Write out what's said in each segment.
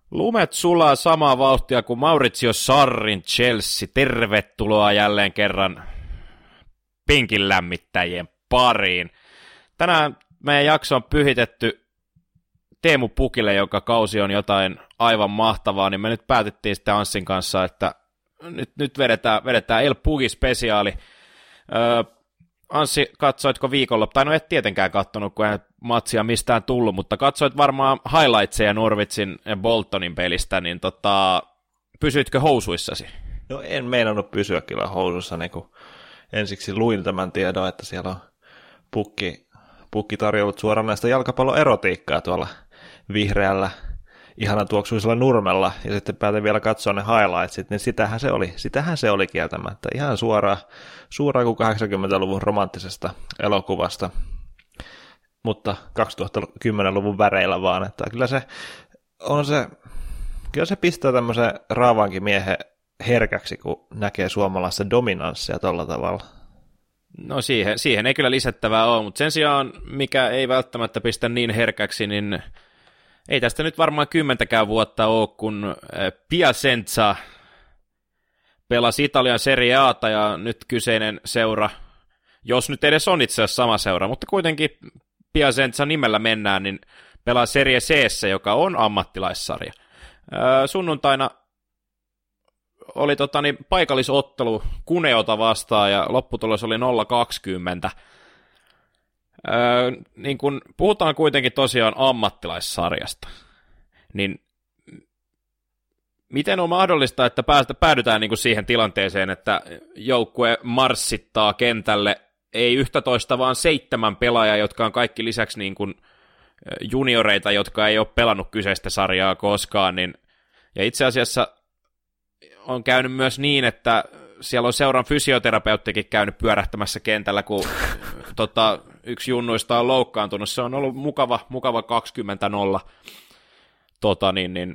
Lumet sulaa samaa vauhtia kuin Maurizio Sarrin Chelsea. Tervetuloa jälleen kerran pinkin lämmittäjien pariin. Tänään meidän jakso on pyhitetty Teemu Pukille, joka kausi on jotain aivan mahtavaa, niin me nyt päätettiin sitten Anssin kanssa, että nyt vedetään El Pugi-spesiaali. Anssi, katsoitko viikolla, tai no et tietenkään katsonut, kun ei matsia mistään tullut, mutta katsoit varmaan highlightseja Norwichin ja Boltonin pelistä, niin pysyitkö housuissasi? No en meinannut pysyä kyllä housuissa, niin kun ensiksi luin tämän tiedon, että siellä on pukki tarjollut suoranaista jalkapallon erotiikkaa tuolla vihreällä ihanan tuoksuisella nurmella, ja sitten päätin vielä katsoa ne highlightsit, niin sitähän se oli kieltämättä. Ihan suoraan kuin 80-luvun romanttisesta elokuvasta, mutta 2010-luvun väreillä vaan, että kyllä se pistää tämmöisen raavaankin miehen herkäksi, kun näkee suomalaista dominanssia tolla tavalla. No siihen ei kyllä lisättävää ole, mutta sen sijaan, mikä ei välttämättä pistä niin herkäksi, niin ei tästä nyt varmaan 10 vuotta ole, kun Piacenza pelasi Italian Serie A:ta ja nyt kyseinen seura, jos nyt edes on itse asiassa sama seura, mutta kuitenkin Piacenza nimellä mennään, niin pelaa Serie C:ssä, joka on ammattilaissarja. Sunnuntaina oli paikallisottelu Cuneota vastaan ja lopputulos oli 0-20. Niin kun puhutaan kuitenkin tosiaan ammattilaissarjasta, niin miten on mahdollista, että päädytään niin kuin siihen tilanteeseen, että joukkue marssittaa kentälle ei 11, vaan 7 pelaajaa, jotka on kaikki lisäksi niin kuin junioreita, jotka ei ole pelannut kyseistä sarjaa koskaan, niin, ja itse asiassa on käynyt myös niin, että siellä on seuran fysioterapeuttikin käynyt pyörähtämässä kentällä, kun yksi junnuista on loukkaantunut. Se on ollut mukava 20-0.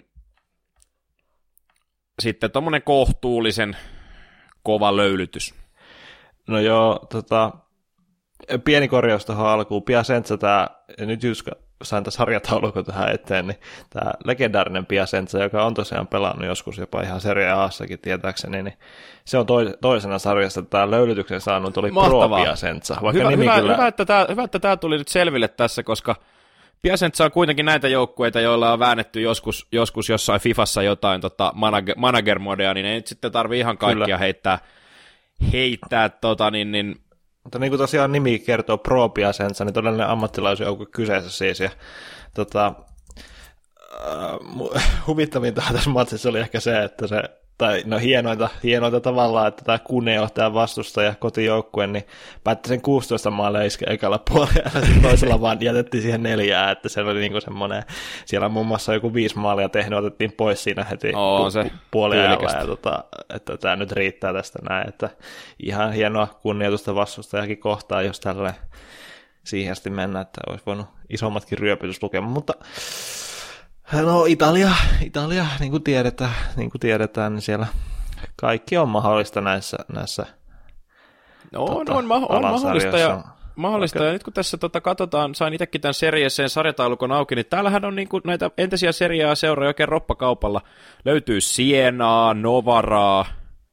Sitten tommonen kohtuullisen kova löylytys. No joo, pieni korjaus tuohon alkuun. Piacenza nyt just sain tässä sarjataulukon tähän eteen, niin tämä legendaarinen Piacenza, joka on tosiaan pelannut joskus jopa ihan Serie A:ssakin tietääkseni, niin se on toisena sarjasta tämä löylytyksen saanut, oli Pro Piacenza. Hyvä, että tämä tuli nyt selville tässä, koska Piacenza on kuitenkin näitä joukkueita, joilla on väännetty joskus jossain Fifassa jotain manager-modea, niin ei nyt sitten tarvitse ihan kaikkia heittää Mutta niin kuin tosiaan nimi kertoo Pro Piacenza, niin todellinen ammattilaisjoukko kyseessä siis. Ja, huvittavinta tässä matsissa oli ehkä se, että hienointa tavallaan, että tämä Cuneo, tämä vastustaja, kotijoukkue, niin päätti sen 16 maalia iskeä ekalla puolella, ja toisella vaan jätettiin siihen 4, että se oli niinku semmoinen, siellä muun muassa joku 5 maalia tehnyt, otettiin pois siinä heti puoliajalla, ja että tämä nyt riittää tästä näin, että ihan hienoa kunnioitusta vastustajakin kohtaan, jos tällä siihen asti mennään, että olisi voinut isommatkin ryöpytyslukemat, mutta no Italia, niin kuin tiedetään, niin siellä kaikki on mahdollista näissä on mahdollista, ja nyt kun tässä katsotaan, sain itsekin tämän Serie C:n sarjataulukon auki, niin täällähän on niinku näitä entisiä Serie A-seuroja oikein roppakaupalla. Löytyy Sienaa, Novaraa,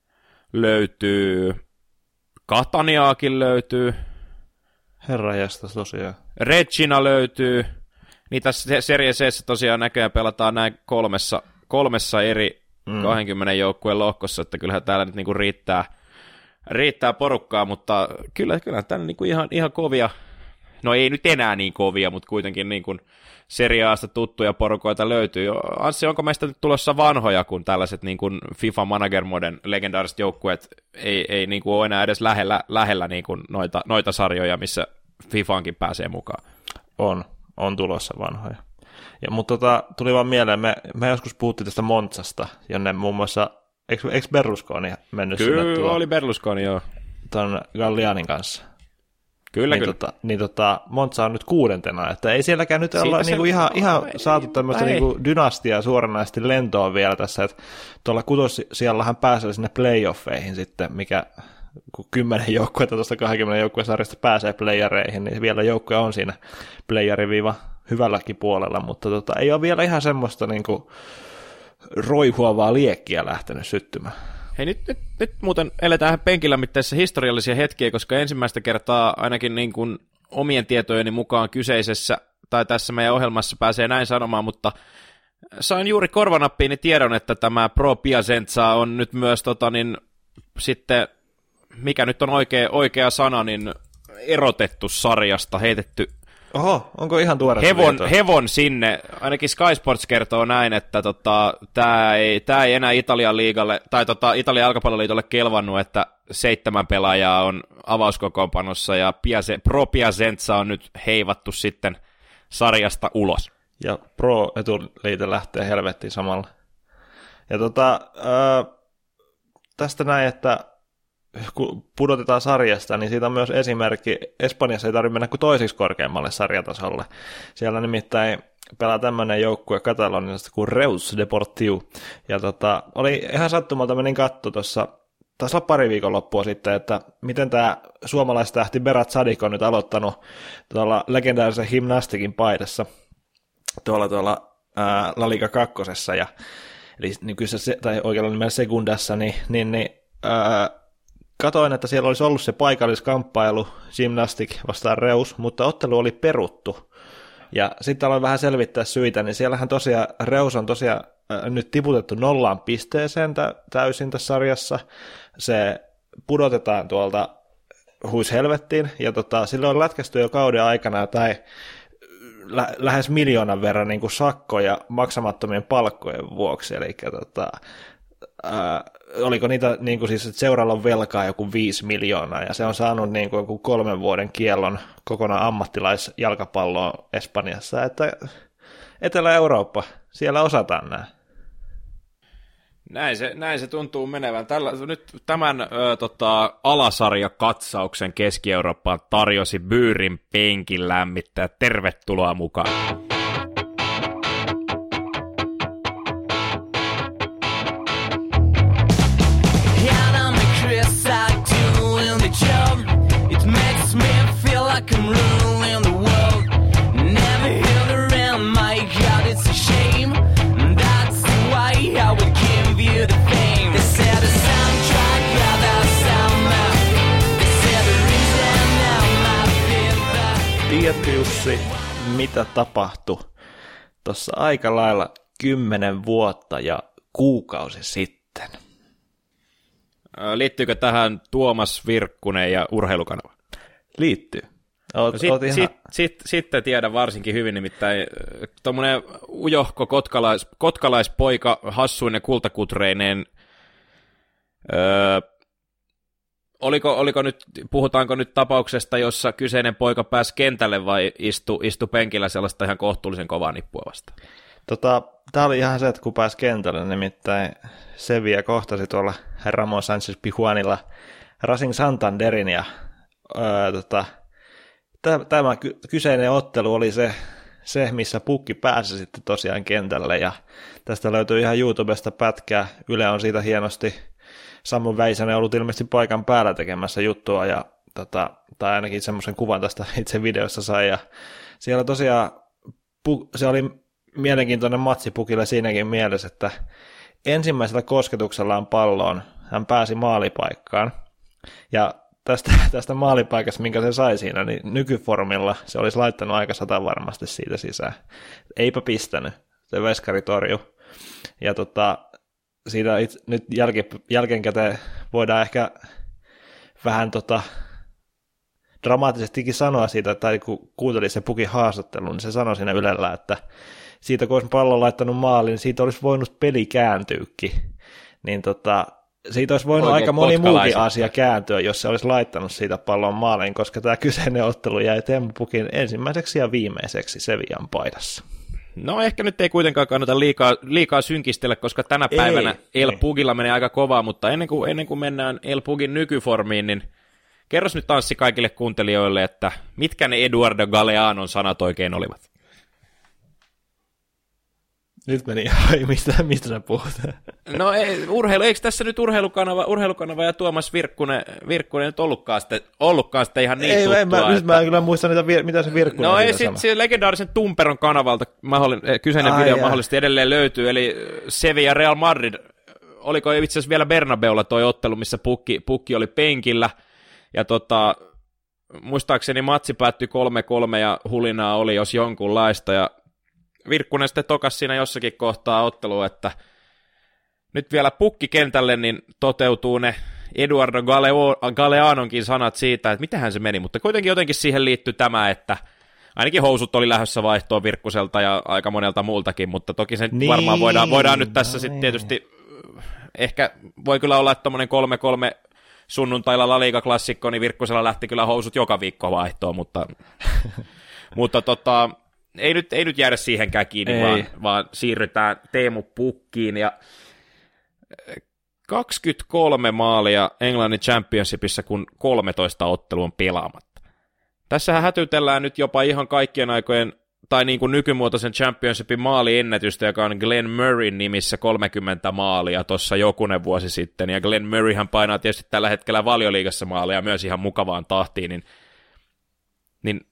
löytyy Cataniaakin löytyy. Herranjestas tosiaan. Regina löytyy. Niin tässä Serie C:ssä tosiaan näköjään pelataan näin kolmessa eri 20 joukkueen lohkossa, että kyllähän täällä nyt niinku riittää porukkaa, mutta kyllä täällä niinku ihan kovia, no ei nyt enää niin kovia, mutta kuitenkin niinku Serie A:sta tuttuja porukoita löytyy. Anssi, onko meistä nyt tulossa vanhoja, kun tällaiset niinku FIFA Manager Moden legendaariset joukkueet ei niinku ole enää edes lähellä niinku noita sarjoja, missä FIFAankin pääsee mukaan? On tulossa vanhoja. Mutta tuli vaan mieleen, me joskus puhuttiin tästä Monzasta, jonne muun muassa, eikö Berlusconi mennyt sinne? Kyllä, oli Berlusconi, joo. Tuon Gallianin kanssa. Kyllä. Monza on nyt 6, että ei sielläkään nyt olla niinku ihan saatu tämmöistä niinku dynastiaa suoranaisesti lentoon vielä tässä, että tuolla kutosijallahan pääsee sinne playoffeihin sitten, mikä kun 10 joukkuetta tuosta 20 joukkueen sarjasta pääsee playereihin, niin vielä joukkoja on siinä playeriviiva hyvälläkin puolella, mutta ei ole vielä ihan semmoista niinku roihuavaa liekkiä lähtenyt syttymään. Hei, nyt muuten eletään penkillä mitteessä historiallisia hetkiä, koska ensimmäistä kertaa ainakin niin kuin omien tietojeni mukaan kyseisessä, tai tässä meidän ohjelmassa pääsee näin sanomaan, mutta sain juuri korvanappiini tiedon, että tämä Pro Piacenza on nyt myös sitten, mikä nyt on oikea sana, niin erotettu sarjasta, heitetty Oho, onko ihan tuore hevon sinne, ainakin Sky Sports kertoo näin, että tämä ei enää Italian liigalle, tai Italian jalkapalloliitolle kelvannut, että 7 pelaajaa on avauskokoonpanossa, ja Pro Piacenza on nyt heivattu sitten sarjasta ulos. Ja Pro-etuliite lähtee helvettiin samalla. Ja tästä näin, että kun pudotetaan sarjasta, niin siitä on myös esimerkki. Espanjassa ei tarvitse mennä kuin toiseksi korkeammalle sarjatasolle. Siellä nimittäin pelaa tämmöinen joukkue Kataloniasta kuin Reus Deportiu. Ja oli ihan sattumalta menin katto tuossa, taisi olla pari viikonloppua sitten, että miten tämä suomalaistähti Berat Sadik on nyt aloittanut tuolla legendaarisen gymnastikin paidassa tuolla La Liga 2. Ja, eli nykyisessä, tai oikealla nimellä Segundassa, katoin, että siellä olisi ollut se paikalliskamppailu Gymnastic vastaan Reus, mutta ottelu oli peruttu. Ja sitten aloin vähän selvittää syitä, niin siellähän tosiaan Reus on tosiaan nyt tiputettu 0 pisteeseen täysin tässä sarjassa. Se pudotetaan tuolta huishelvettiin, ja sille on lätkästy jo kauden aikana tai lähes 1 miljoonan verran niin kuin sakkoja maksamattomien palkkojen vuoksi, eli oliko niitä niin kuin siis, että seuralla on velkaa joku 5 miljoonaa, ja se on saanut niin kuin joku 3 vuoden kiellon kokonaan ammattilaisjalkapalloa Espanjassa, että Etelä-Eurooppa, siellä osataan nämä. Näin se tuntuu menevän. Nyt tämän alasarjakatsauksen Keski-Eurooppaan tarjosi Byyrin penkin lämmittää. Tervetuloa mukaan. Tiedätkö, Jussi, mitä tapahtui tuossa aika lailla 10 vuotta ja kuukausi sitten? Liittyykö tähän Tuomas Virkkunen ja urheilukanava? Liittyy. Sitten tiedän varsinkin hyvin, nimittäin tuommoinen ujohko kotkalaispoika hassuinen kultakutreineen. Puhutaanko nyt tapauksesta, jossa kyseinen poika pääsi kentälle vai istui penkillä sellaista ihan kohtuullisen kovaa nippua vastaan? Tämä oli ihan se, että kun pääsi kentälle, nimittäin Sevilla kohtasi tuolla Ramon Sánchez Pizjuanilla Racing Santanderin, ja tämä kyseinen ottelu oli se, missä pukki pääsi sitten tosiaan kentälle, ja tästä löytyy ihan YouTubesta pätkää. Yle on siitä hienosti, Samu Väisänen on ollut ilmeisesti paikan päällä tekemässä juttua, ja tai ainakin semmoisen kuvan tästä itse videossa sai, ja siellä tosiaan se oli mielenkiintoinen matsi pukille siinäkin mielessä, että ensimmäisellä kosketuksellaan palloon hän pääsi maalipaikkaan, ja tästä maalipaikasta, minkä se sai siinä, niin nykyformilla se olisi laittanut aika 100 varmasti siitä sisään. Eipä pistänyt, se veskari torjui. Ja siitä nyt jälkeenkäteen voidaan ehkä vähän dramaattisestikin sanoa siitä, tai kun kuuntelin se pukin haastattelun, niin se sanoi siinä Ylellä, että siitä kun olisi pallon laittanut maaliin, niin siitä olisi voinut peli kääntyykin. Niin siitä olisi voinut aika moni muukin asia kääntyä, jos se olisi laittanut siitä pallon maaliin, koska tämä kyseinen ottelu jäi Teemu Pukin ensimmäiseksi ja viimeiseksi Sevillan paidassa. No ehkä nyt ei kuitenkaan kannata liikaa synkistellä, koska tänä päivänä El Pugilla menee aika kovaa, mutta ennen kuin mennään El Pugin nykyformiin, niin kerros nyt Tanssi kaikille kuuntelijoille, että mitkä ne Eduardo Galeanon sanat oikein olivat? Nyt meni, mistä sä puhut? No ei, eikö tässä nyt urheilukanava ja Tuomas Virkkunen nyt ollutkaan sitten ihan niin tuttua? Nyt mä en kyllä muista niitä, mitä se Virkkunen. No ei sitten legendaarisen Tumperon kanavalta kyseinen video mahdollisesti edelleen löytyy, eli Sevilla Real Madrid, oliko itse asiassa vielä Bernabeulla toi ottelu, missä pukki oli penkillä, ja muistaakseni matsi päättyi 3-3 ja hulinaa oli jos jonkunlaista, ja Virkkunen sitten tokas siinä jossakin kohtaa ottelua, että nyt vielä pukkikentälle niin toteutuu ne Eduardo Galeanonkin sanat siitä, että mitähän se meni, mutta kuitenkin jotenkin siihen liittyy tämä, että ainakin housut oli lähdössä vaihtoon Virkkuselta ja aika monelta muultakin, mutta toki se niin, varmaan voidaan nyt tässä sitten tietysti, ehkä voi kyllä olla, että tommoinen 3-3 sunnuntailla La Liga-klassikko, niin Virkkusella lähti kyllä housut joka viikko vaihtoon, mutta ei nyt jäädä siihenkään kiinni, vaan siirrytään Teemu Pukkiin, ja 23 maalia Englannin Championshipissa, kun 13 ottelu on pelaamatta. Tässähän hätytellään nyt jopa ihan kaikkien aikojen, tai niin kuin nykymuotoisen Championshipin maaliennätystä, joka on Glenn Murrayn nimissä 30 maalia tuossa jokunen vuosi sitten, ja Glenn Murrayhän painaa tietysti tällä hetkellä Valioliigassa maaleja myös ihan mukavaan tahtiin, niin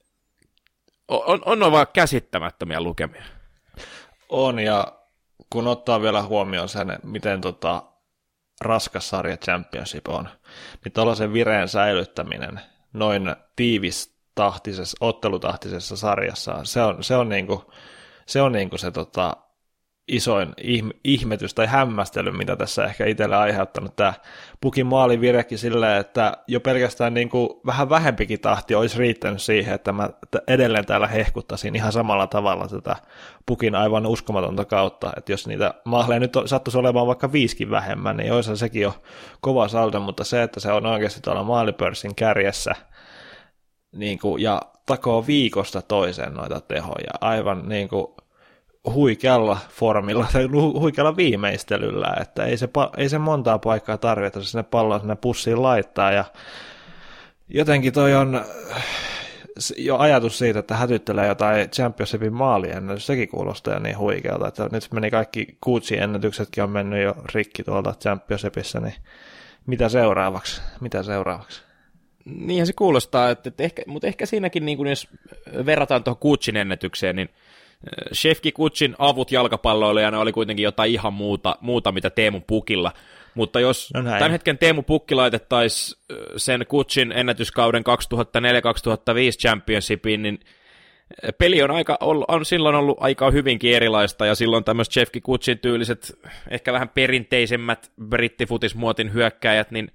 on vaan käsittämättömiä lukemia. On, ja kun ottaa vielä huomioon sen, miten raskas sarja Championship on, niin tuollaisen vireen säilyttäminen noin ottelutahtisessa sarjassa, se on se isoin ihmetys tai hämmästely, mitä tässä ehkä itselle aiheuttanut tämä Pukin maalivirekin silleen, että jo pelkästään niin kuin vähän vähempikin tahti olisi riittänyt siihen, että mä edelleen täällä hehkuttaisin ihan samalla tavalla tätä Pukin aivan uskomatonta kautta, että jos niitä maaleja nyt sattuisi olemaan vaikka 5 vähemmän, niin olisi sekin jo kova saldo, mutta se, että se on oikeasti tuolla maalipörssin kärjessä niin kuin, ja takoo viikosta toiseen noita tehoja, aivan niin kuin huikealla formilla tai huikealla viimeistelyllä, että ei se montaa paikkaa tarvita, sinne palloa sinne pussiin laittaa, ja jotenkin toi on jo ajatus siitä, että hätyttelee jotain Championshipin maaliennätys, sekin kuulostaa jo niin huikealta, että nyt meni kaikki Gucci-ennätyksetkin on mennyt jo rikki tuolta Championshipissa, niin mitä seuraavaksi? Niinhän se kuulostaa, mutta ehkä siinäkin, niin kun jos verrataan tuohon Guccin ennätykseen, niin Shefki Guccin avut jalkapalloilijana oli kuitenkin jotain ihan muuta mitä Teemu Pukilla, mutta jos tämän hetken Teemu Pukki laitettaisiin sen Guccin ennätyskauden 2004-2005 Championshipiin, niin peli on silloin ollut aika hyvinkin erilaista, ja silloin tämmöiset Shefki Guccin tyyliset, ehkä vähän perinteisemmät brittifutismuotin hyökkääjät, niin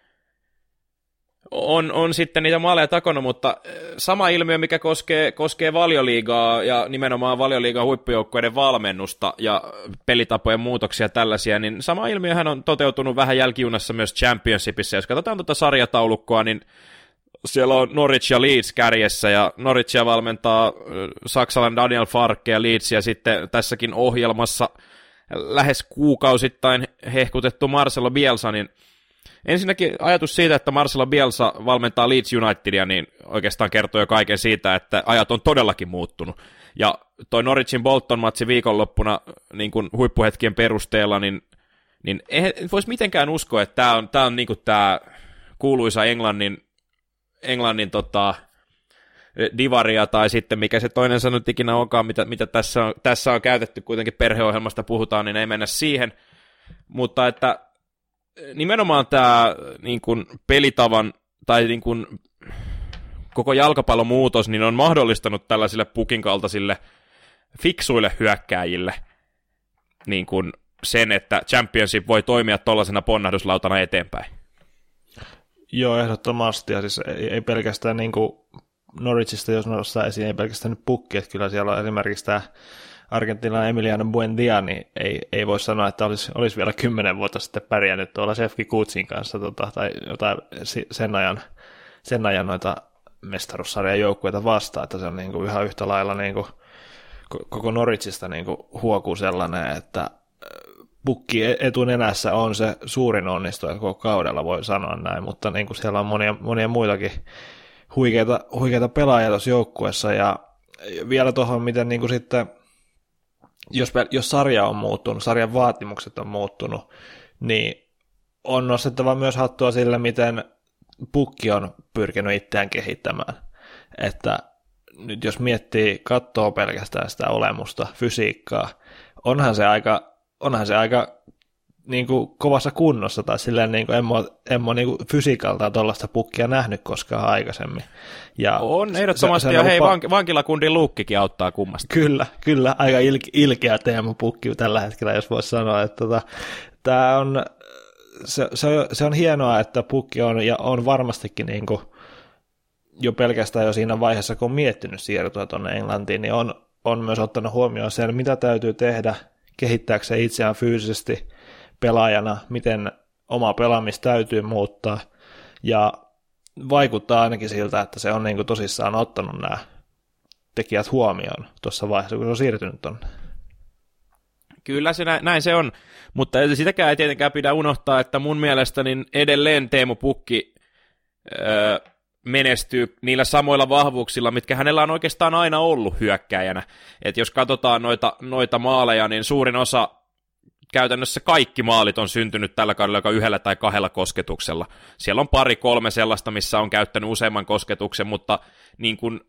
on sitten niitä maaleja takana, mutta sama ilmiö, mikä koskee Valioliigaa ja nimenomaan Valioliigan huippujoukkueiden valmennusta ja pelitapojen muutoksia tällaisia, niin sama ilmiöhän on toteutunut vähän jälkijunassa myös Championshipissa. Jos katsotaan tuota sarjataulukkoa, niin siellä on Norwich ja Leeds kärjessä, ja Norwichia valmentaa saksalainen Daniel Farke, ja Leedsia sitten tässäkin ohjelmassa lähes kuukausittain hehkutettu Marcelo Bielsa, niin ensinnäkin ajatus siitä, että Marcelo Bielsa valmentaa Leeds Unitedia, niin oikeastaan kertoo jo kaiken siitä, että ajat on todellakin muuttunut. Ja toi Norwichin Bolton-matsi viikonloppuna niin kuin huippuhetkien perusteella, niin ei voisi mitenkään uskoa, että tämä on niin kuin tämä kuuluisa Englannin divaria, tai sitten mikä se toinen sana nyt ikinä onkaan, mitä tässä on käytetty, kuitenkin perheohjelmasta puhutaan, niin ei mennä siihen, mutta että nimenomaan tämä niin kuin pelitavan tai niin kuin koko jalkapallon muutos niin on mahdollistanut tällaisille Pukin kaltaisille fiksuille hyökkääjille niin kuin sen, että Championship voi toimia tuollaisena ponnahduslautana eteenpäin. Joo, ehdottomasti, ja siis ei pelkästään niin kuin Norwichista, jos nostaa esiin, ei pelkästään nyt Pukki, että kyllä siellä on esimerkiksi tämä argentiinalainen Emiliano Buendia, niin ei voi sanoa, että olisi vielä 10 vuotta sitten pärjännyt tuolla Shefki Guccin kanssa tai jotain sen ajan noita mestaruussarjan joukkueita vastaan, että se on niin kuin ihan yhtä lailla niin kuin koko Norwichista niin kuin huokuu sellainen, että Pukki etunenässä on se suurin onnistuja koko kaudella, voi sanoa näin, mutta niin kuin siellä on monia muitakin huikeita pelaajia tuossa joukkueessa, ja vielä tuohon, miten niin kuin sitten jos sarja on muuttunut, sarjan vaatimukset on muuttunut, niin on nostettava myös hattua sille, miten Pukki on pyrkinyt itseään kehittämään. Että nyt jos miettii, katsoo pelkästään sitä olemusta, fysiikkaa, onhan se aika niin kuin kovassa kunnossa, tai silleen niin kuin en ole niin kuin fysiikaltaan tuollaista Pukkia nähnyt koskaan aikaisemmin. Ja on ehdottomasti, ja hei, vankilakundin Luukkikin auttaa kummasta. Kyllä, aika ilkeä Teemu Pukki tällä hetkellä, jos voisi sanoa, että tämä on, se on hienoa, että Pukki on, ja on varmastikin niin kuin, jo pelkästään jo siinä vaiheessa, kun on miettinyt siirtyä tuonne Englantiin, niin on myös ottanut huomioon sen, mitä täytyy tehdä kehittääkseen itseään fyysisesti pelaajana, miten oma pelaamista täytyy muuttaa, ja vaikuttaa ainakin siltä, että se on niin kuin tosissaan ottanut nämä tekijät huomioon tuossa vaiheessa, kun se on siirtynyt tuonne. Kyllä näin se on, mutta sitäkään ei tietenkään pidä unohtaa, että mun mielestä niin edelleen Teemu Pukki menestyy niillä samoilla vahvuuksilla, mitkä hänellä on oikeastaan aina ollut hyökkääjänä. Et jos katsotaan noita maaleja, niin suurin osa, käytännössä kaikki maalit on syntynyt tällä kaudella joka 1 tai 2 kosketuksella. Siellä on 2-3 sellaista, missä on käyttänyt useamman kosketuksen, mutta niin kun,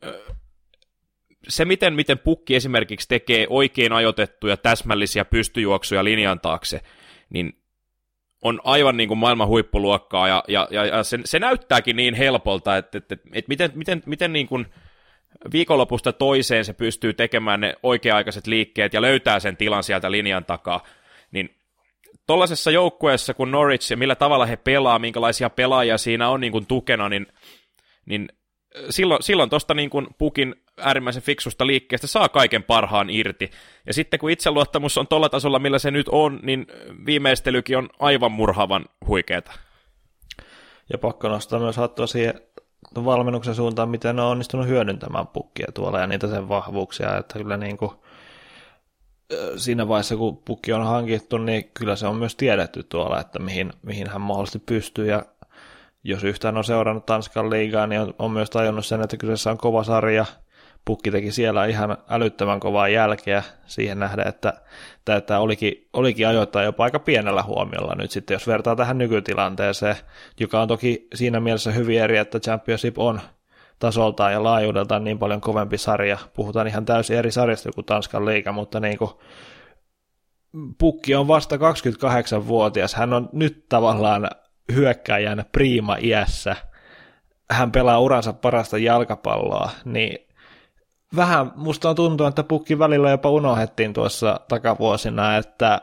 se, miten Pukki esimerkiksi tekee oikein ajoitettuja, täsmällisiä pystyjuoksuja linjan taakse, niin on aivan niin kuin maailman huippuluokkaa, ja se näyttääkin niin helpolta, että miten niin kuin viikonlopusta toiseen se pystyy tekemään ne oikea-aikaiset liikkeet ja löytää sen tilan sieltä linjan takaa, niin tuollaisessa joukkueessa kuin Norwich ja millä tavalla he pelaa, minkälaisia pelaajia siinä on niin kuin tukena, niin silloin tuosta niin kuin Pukin äärimmäisen fiksusta liikkeestä saa kaiken parhaan irti. Ja sitten kun itseluottamus on tuolla tasolla, millä se nyt on, niin viimeistelykin on aivan murhaavan huikeeta. Ja pakko nostaa myös hattua siihen valmennuksen suuntaan, miten ne on onnistunut hyödyntämään Pukkia tuolla ja niitä sen vahvuuksia. Että kyllä niin kuin siinä vaiheessa, kun Pukki on hankittu, niin kyllä se on myös tiedetty tuolla, että mihin hän mahdollisesti pystyy. Ja jos yhtään on seurannut Tanskan liigaa, niin on myös tajunnut sen, että kyseessä on kova sarja. Pukki teki siellä ihan älyttömän kovaa jälkeä siihen nähden, että tämä olikin ajoittain jopa aika pienellä huomiolla nyt sitten, jos vertaa tähän nykytilanteeseen, joka on toki siinä mielessä hyvin eri, että Championship on tasoltaan ja laajuudeltaan niin paljon kovempi sarja. Puhutaan ihan täysin eri sarjasta kuin Tanskan liiga, mutta niin kuin Pukki on vasta 28-vuotias. Hän on nyt tavallaan hyökkääjän priima iässä. Hän pelaa uransa parasta jalkapalloa, niin vähän musta on tuntunut, että Pukki välillä jopa unohdettiin tuossa takavuosina, että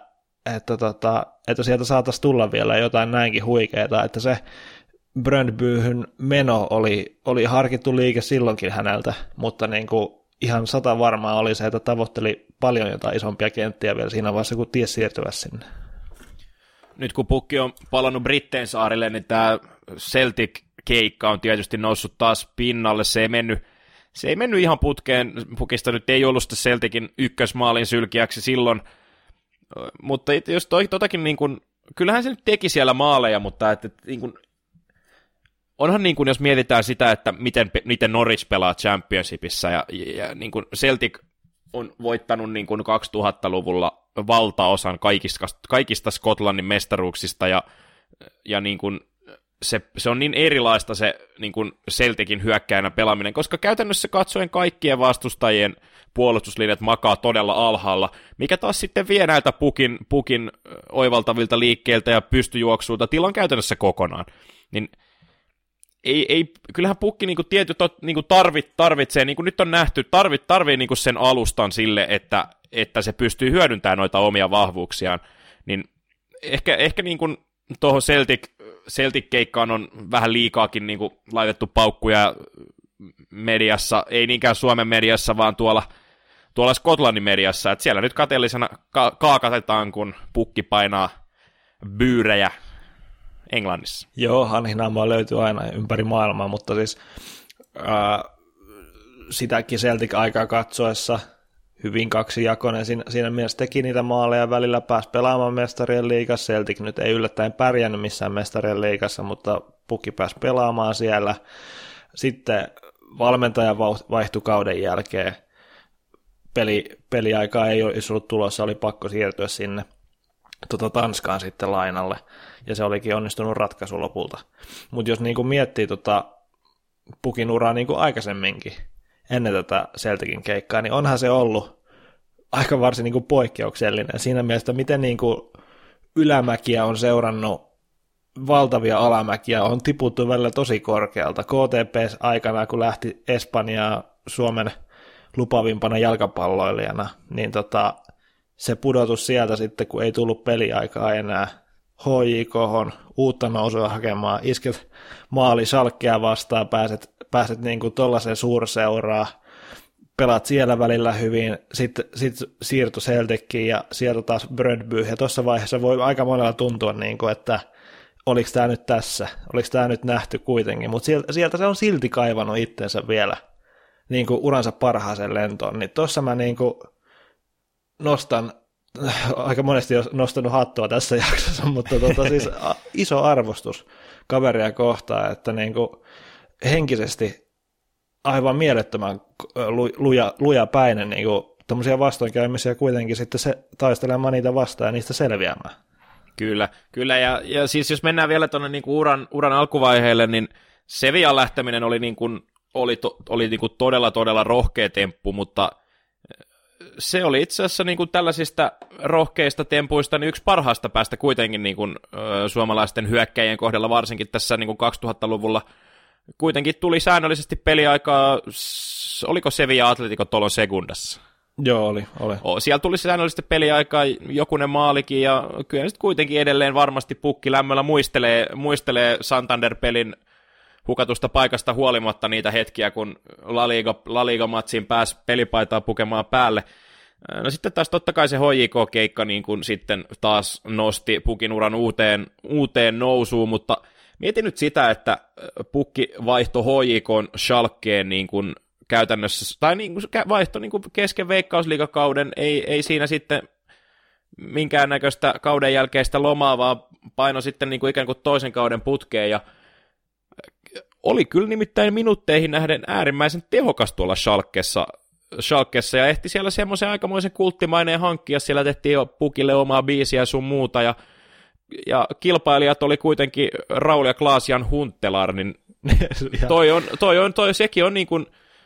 sieltä saataisiin tulla vielä jotain näinkin huikeaa, että se Brøndbyhyn meno oli harkittu liike silloinkin häneltä, mutta niin kuin ihan 100 varmaa oli se, että tavoitteli paljon jotain isompia kenttiä vielä siinä vaiheessa, kun ties siirtyä sinne. Nyt kun Pukki on palannut Brittein saarille, niin tämä Celtic-keikka on tietysti noussut taas pinnalle. Se ei mennyt ihan putkeen. Pukista nyt ei ollut sitä Celticin ykkösmaalin sylkiäksi silloin, mutta jos totakin, niin kun, kyllähän se nyt teki siellä maaleja, mutta niin kun, onhan niin kuin, jos mietitään sitä, että miten Norwich pelaa Championshipissa, ja niin kuin Celtic on voittanut niin kuin 2000-luvulla valtaosan kaikista Skotlannin mestaruuksista, ja niin kuin se on niin erilaista se niin kuin Celticin hyökkäänä pelaaminen, koska käytännössä katsoen kaikkien vastustajien puolustuslinjat makaa todella alhaalla, mikä taas sitten vie näiltä pukin oivaltavilta liikkeiltä ja pystyjuoksuilta tilan käytännössä kokonaan. Niin kyllähän Pukki niinku niinku tarvitsee, niin kuin nyt on nähty, tarvii niinku sen alustan sille, että se pystyy hyödyntämään noita omia vahvuuksiaan. Niin ehkä niinku tuohon Celtic-keikkaan on vähän liikaakin niinku laitettu paukkuja mediassa, ei niinkään Suomen mediassa, vaan tuolla Skotlannin mediassa, että siellä nyt kateellisena kaakatetaan, kun Pukki painaa byyrejä Englannissa. Joo, hanhinaamaa löytyy aina ympäri maailmaa, mutta siis sitäkin Celtic-aikaa katsoessa hyvin kaksijakoinen. Siinä mielessä teki niitä maaleja, välillä pääsi pelaamaan mestarien liigassa. Celtic nyt ei yllättäen pärjännyt missään mestarien liigassa, mutta Pukki pääsi pelaamaan siellä. Sitten valmentaja vaihtui kauden jälkeen. peliaikaa ei olisi ollut tulossa, oli pakko siirtyä sinne Tanskaan sitten lainalle, ja se olikin onnistunut ratkaisu lopulta. Mutta jos niinku miettii Pukin uraa niinku aikaisemminkin, ennen tätä Celticin keikkaa, niin onhan se ollut aika varsin niinku poikkeuksellinen. Siinä mielessä, miten niinku ylämäkiä on seurannut valtavia alamäkiä, on tiputtu välillä tosi korkealta. KTP-aikana, kun lähti Espanjaa Suomen lupavimpana jalkapalloilijana, niin se pudotus sieltä sitten, kun ei tullut peliaikaa enää HJK:hon uutta nousua hakemaan, isket maali Schalkea vastaan, pääset niin kuin tollaiseen suurseuraa, pelaat siellä välillä hyvin, sitten siirtyi Celtickiin ja sieltä taas Brøndby, ja tuossa vaiheessa voi aika monella tuntua, niin kuin, että oliko tämä nyt tässä, oliko tämä nyt nähty kuitenkin, mutta sieltä se on silti kaivannut itsensä vielä niin kuin uransa parhaaseen lentoon, niin tuossa mä niin kuin nostan, aika monesti jo nostanut hattua tässä jaksossa, mutta siis iso arvostus kaveria kohtaan, että niin kuin henkisesti aivan mielettömän lujapäinen niin kuin tämmöisiä vastoinkäymisiä kuitenkin sitten se taistelemaan niitä vastaan ja niistä selviämään. Kyllä ja siis jos mennään vielä tuonne niin kuin uran alkuvaiheelle, niin Sevillaan lähteminen oli, niin kuin, oli niin kuin todella rohkea temppu, mutta se oli itse asiassa niin kuin tällaisista rohkeista tempuista niin yksi parhaasta päästä kuitenkin niin kuin, suomalaisten hyökkäjien kohdalla, varsinkin tässä niin kuin 2000-luvulla. Kuitenkin tuli säännöllisesti peliaikaa, oliko Sevilla Atletico Tolon sekundassa? Joo, oli. Siellä tuli säännöllisesti peliaikaa, jokunen maalikin, ja kyllä sitten kuitenkin edelleen varmasti pukki lämmöllä muistelee Santander-pelin hukatusta paikasta huolimatta niitä hetkiä, kun La Liga-matsiin pääsi pelipaitaa pukemaan päälle. No sitten taas totta kai se HJK-keikka niin kuin sitten taas nosti pukin uran uuteen nousuun, mutta mietin nyt sitä, että pukki vaihtoi HJK:n Schalkeen niin kuin käytännössä, tai niin kuin vaihtoi niin kuin kesken Veikkausliigakauden, ei siinä sitten minkäännäköistä kauden jälkeistä lomaa, vaan paino sitten niin kuin ikään kuin toisen kauden putkeen, ja oli kyllä nimittäin minuutteihin nähden äärimmäisen tehokas tuolla Schalkessa, ja ehti siellä semmoisen aikamoisen kulttimaineen hankkia, siellä tehtiin jo pukille omaa biisiä sun muuta, ja kilpailijat oli kuitenkin Raul ja Klaas-Jan Huntelaar, niin sekin on niin kuin,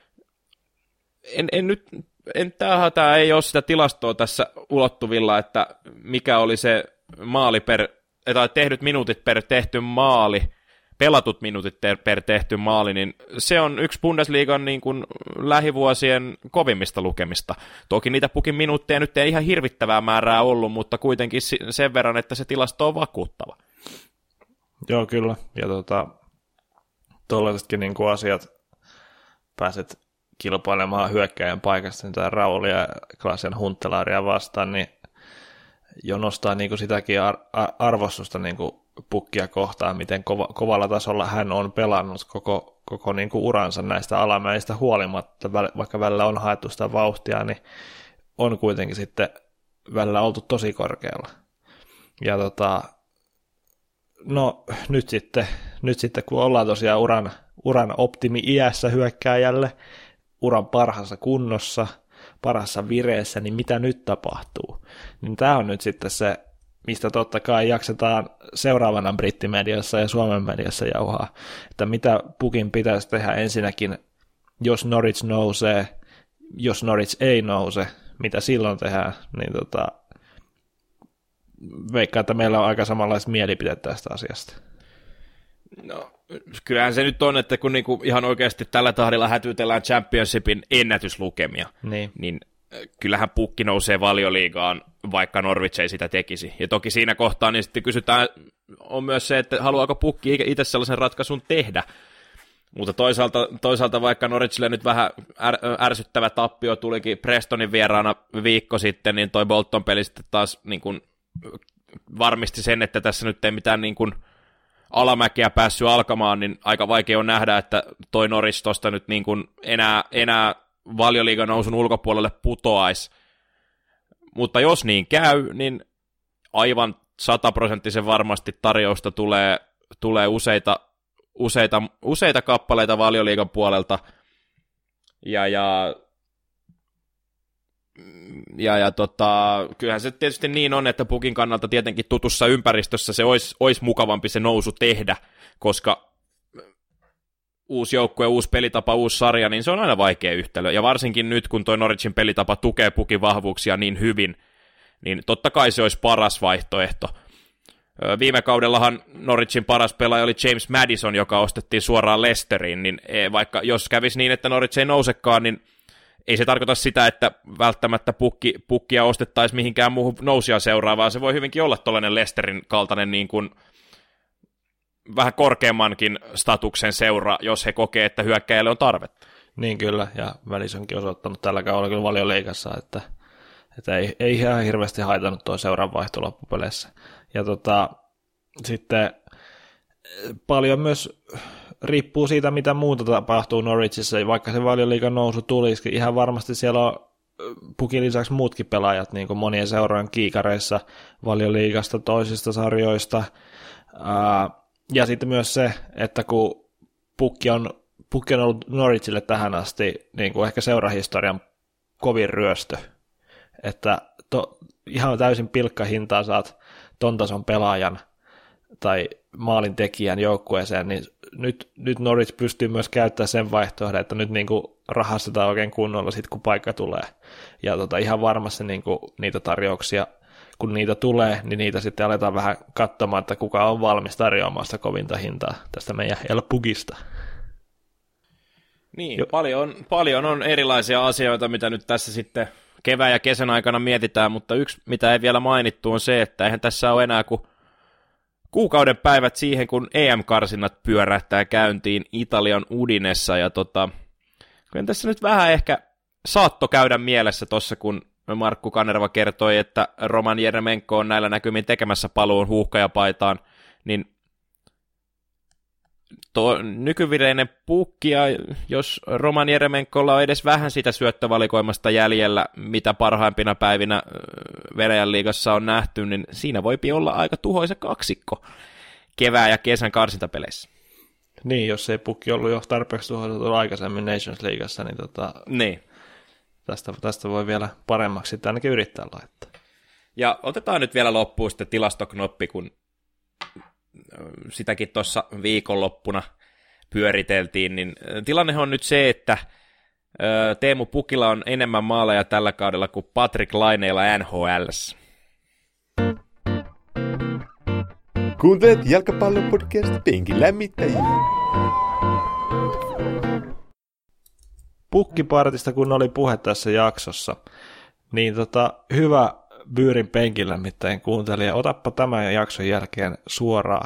tämä ei ole sitä tilastoa tässä ulottuvilla, että mikä oli se maali tai tehdyt minuutit per tehty maali, pelatut minuutit per tehty maali, niin se on yksi Bundesliigan niin kuin lähivuosien kovimmista lukemista. Toki niitä pukin minuutteja nyt ei ihan hirvittävää määrää ollut, mutta kuitenkin sen verran, että se tilasto on vakuuttava. Joo, kyllä. Ja tuollaisetkin niin kuin asiat pääset kilpailemaan hyökkäjän paikasta, niin tämä Raulia ja Klaas-Jan Huntelaaria vastaan, niin jo nostaa niin kuin sitäkin arvostusta niin kuin pukkia kohtaan, miten kovalla tasolla hän on pelannut koko niin kuin uransa näistä alamäistä huolimatta, vaikka välillä on haettu sitä vauhtia, niin on kuitenkin sitten välillä oltu tosi korkealla. Ja no nyt sitten kun ollaan tosiaan uran optimi-iässä hyökkääjälle, uran parhaassa kunnossa, parhaassa vireessä, niin mitä nyt tapahtuu? Niin tämä on nyt sitten se, mistä totta kai jaksetaan seuraavana brittimediassa ja Suomen mediassa jauhaa, että mitä pukin pitäisi tehdä ensinnäkin, jos Norwich nousee, jos Norwich ei nouse, mitä silloin tehdään, niin veikkaan, että meillä on aika samanlaiset mielipiteet tästä asiasta. No, kyllähän se nyt on, että kun niinku ihan oikeasti tällä tahdilla hätyytellään Championshipin ennätyslukemia, niin kyllähän pukki nousee Valioliigaan, vaikka Norwich ei sitä tekisi. Ja toki siinä kohtaa niin sitten kysytään, on myös se, että haluaako pukki itse sellaisen ratkaisun tehdä. Mutta toisaalta vaikka Norwichille nyt vähän ärsyttävä tappio tulikin Prestonin vieraana viikko sitten, niin toi Bolton-peli sitten taas niin kuin varmisti sen, että tässä nyt ei mitään niin kuin alamäkeä päässyt alkamaan, niin aika vaikea on nähdä, että toi Norwich tosta nyt niin kuin enää Valioliigan nousun ulkopuolelle putoaisi. Mutta jos niin käy, niin aivan 100% varmasti tarjousta tulee useita kappaleita Valioliigan puolelta. Ja kyllähän se tietysti niin on, että Pukin kannalta tietenkin tutussa ympäristössä se olisi mukavampi se nousu tehdä, koska uusi joukkue, uusi pelitapa, uusi sarja, niin se on aina vaikea yhtälö. Ja varsinkin nyt, kun toi Norwichin pelitapa tukee Pukin vahvuuksia niin hyvin, niin totta kai se olisi paras vaihtoehto. Viime kaudellahan Norwichin paras pelaaja oli James Maddison, joka ostettiin suoraan Leicesteriin, niin vaikka jos kävisi niin, että Norwich ei nousekaan, niin ei se tarkoita sitä, että välttämättä pukkia ostettaisiin mihinkään muuhun nousia seuraavaan. Se voi hyvinkin olla tuollainen Leicesterin kaltainen niin kuin vähän korkeammankin statuksen seura, jos he kokee, että hyökkäjälle on tarvetta. Niin kyllä, ja Madisonkin osoittanut tällä kaudella kyllä Valioliigassa, että ei ihan hirveästi haitannut tuo seuran vaihto loppupeleissä. Ja sitten paljon myös riippuu siitä, mitä muuta tapahtuu Norwichissa, vaikka se Valioliigan nousu tulisikin. Ihan varmasti siellä on Pukin lisäksi muutkin pelaajat, niin kuin monien seurojen kiikareissa Valioliigasta, toisista sarjoista. Ja sitten myös se, että kun Pukki on ollut Norwichille tähän asti niin kuin ehkä seurahistorian kovin ryöstö, että ihan täysin pilkkahintaa saat ton tason pelaajan tai maalin tekijän joukkueeseen, niin nyt Norwich pystyy myös käyttämään sen vaihtoehdon, että nyt niin kuin rahastetaan oikein kunnolla sit, kun paikka tulee. Ja ihan varmasti niin kuin niitä tarjouksia, kun niitä tulee, niin niitä sitten aletaan vähän katsomaan, että kuka on valmis tarjoamaan sitä kovinta hintaa tästä meidän El Pugista. Niin, paljon on erilaisia asioita, mitä nyt tässä sitten kevään ja kesän aikana mietitään, mutta yksi, mitä ei vielä mainittu, on se, että eihän tässä ole enää kuin kuukauden päivät siihen, kun EM-karsinnat pyörähtää käyntiin Italian Udinessa, ja kyllä tässä nyt vähän ehkä saatto käydä mielessä tuossa, kun Markku Kanerva kertoi, että Roman Jeremenko on näillä näkymin tekemässä paluun huuhkajapaitaan, niin nykyvireinen Pukki, ja jos Roman Jeremenkolla on edes vähän sitä syöttövalikoimasta jäljellä, mitä parhaimpina päivinä Venäjän liigassa on nähty, niin siinä voipi olla aika tuhoisa kaksikko kevään ja kesän karsintapeleissä. Niin, jos ei Pukki ollut jo tarpeeksi tuhoisa aikaisemmin Nations Leagueassa, niin, niin. Tästä voi vielä paremmaksi sitten ainakin yrittää laittaa. Ja otetaan nyt vielä loppuun sitten tilastoknoppi, kun sitäkin tuossa viikonloppuna pyöriteltiin, niin tilanne on nyt se, että Teemu Pukilla on enemmän maaleja tällä kaudella kuin Patrick Laineella NHL:ssä. Kuuntelet jalkapallopodcast Penkin lämmittäjiä. Pukkipartista, kun oli puhe tässä jaksossa, niin hyvä Byyrin penkin lämmittäjien kuuntelija, otappa tämän jakson jälkeen suoraan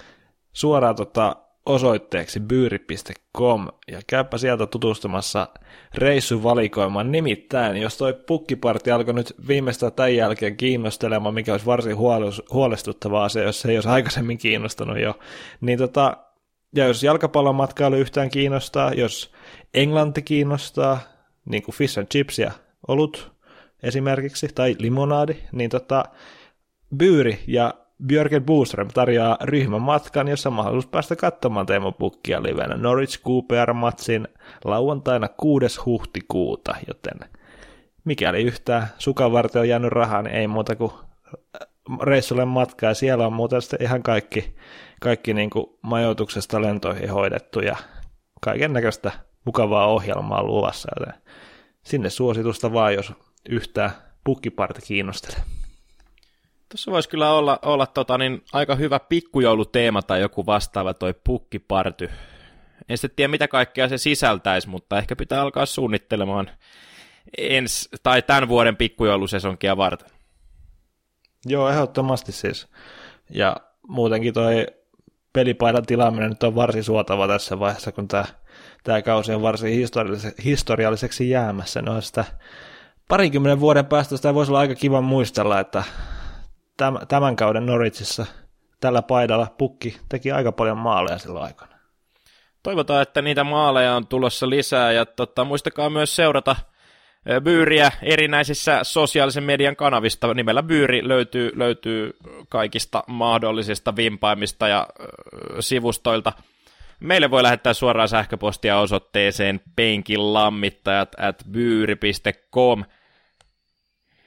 osoitteeksi byyri.com ja käypä sieltä tutustumassa reissuvalikoimaan. Nimittäin, jos toi Pukkiparti alkoi nyt viimeistään tämän jälkeen kiinnostelemaan, mikä olisi varsin huolestuttava asia, jos se ei olisi aikaisemmin kiinnostanut jo, niin ja jos jalkapallon matkailu yhtään kiinnostaa, jos Englanti kiinnostaa, niin kuin fish and chips ja olut esimerkiksi, tai limonaadi, niin Byyri ja Björgen Boström tarjoaa ryhmämatkan, jossa on mahdollisuus päästä katsomaan Teemu Pukkia livenä Norwich QPR-matsin lauantaina 6. huhtikuuta, joten mikäli yhtään sukan varten on jäänyt rahaa, niin ei muuta kuin reissulle matkaa, ja siellä on muuten sitten ihan kaikki niin kuin majoituksesta lentoihin hoidettu, ja kaiken näköistä mukavaa ohjelmaa luvassa, joten sinne suositusta vaan, jos yhtään Pukkiparti kiinnostelee. Tuossa voisi kyllä olla aika hyvä pikkujouluteema tai joku vastaava toi Pukkiparty. En sitten tiedä, mitä kaikkea se sisältäisi, mutta ehkä pitää alkaa suunnittelemaan tämän vuoden pikkujoulusesonkia varten. Joo, ehdottomasti siis. Ja muutenkin toi pelipaidan tilaaminen nyt on varsin suotava tässä vaiheessa, kun tämä kausi on varsin historialliseksi jäämässä. No sitä 20 vuoden päästä sitä voisi olla aika kiva muistella, että tämän kauden Norwichissa tällä paidalla Pukki teki aika paljon maaleja silloin aikana. Toivotaan, että niitä maaleja on tulossa lisää, ja muistakaa myös seurata Byyriä erinäisissä sosiaalisen median kanavista. Nimellä Byyri löytyy kaikista mahdollisista vimpaimista ja sivustoilta. Meille voi lähettää suoraan sähköpostia osoitteeseen penkinlammittajat@byyri.com.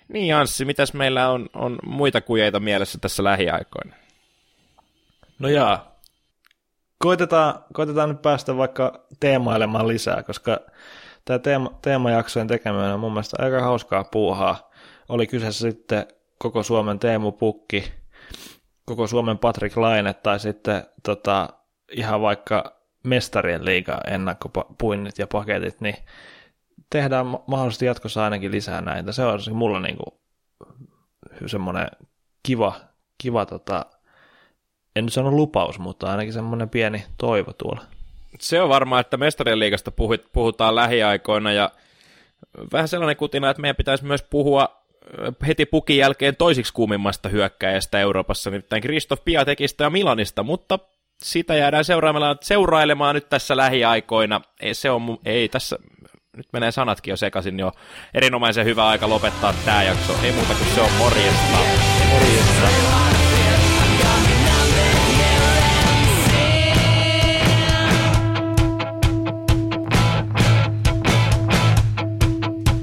Niin Anssi, mitäs meillä on muita kujeita mielessä tässä lähiaikoina? No jaa, koitetaan nyt päästä vaikka teemailemaan lisää, koska tämä teemajaksojen tekeminen on mun mielestä aika hauskaa puuhaa. Oli kyseessä sitten koko Suomen Teemu Pukki, koko Suomen Patrick Laine tai sitten ihan vaikka Mestarien liigan ennakkopuinnit ja paketit, niin tehdään mahdollisesti jatkossa ainakin lisää näitä. Se on mulla niinku semmoinen kiva en nyt sano lupaus, mutta ainakin semmoinen pieni toivo tuolla. Se on varmaa, että Mestarien liigasta puhutaan lähiaikoina ja vähän sellainen kutina, että meidän pitäisi myös puhua heti Pukin jälkeen toisiksi kuumimmasta hyökkäjästä Euroopassa, nimittäin Christophe Piatekista ja Milanista, mutta sitä jäädään seurailemaan nyt tässä lähiaikoina. Ei tässä, nyt menee sanatkin jo sekaisin, jo erinomaisen hyvä aika lopettaa tämä jakso. Ei muuta kuin se on morjesta. Morjesta.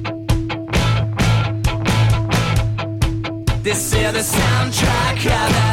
This is the soundtrack of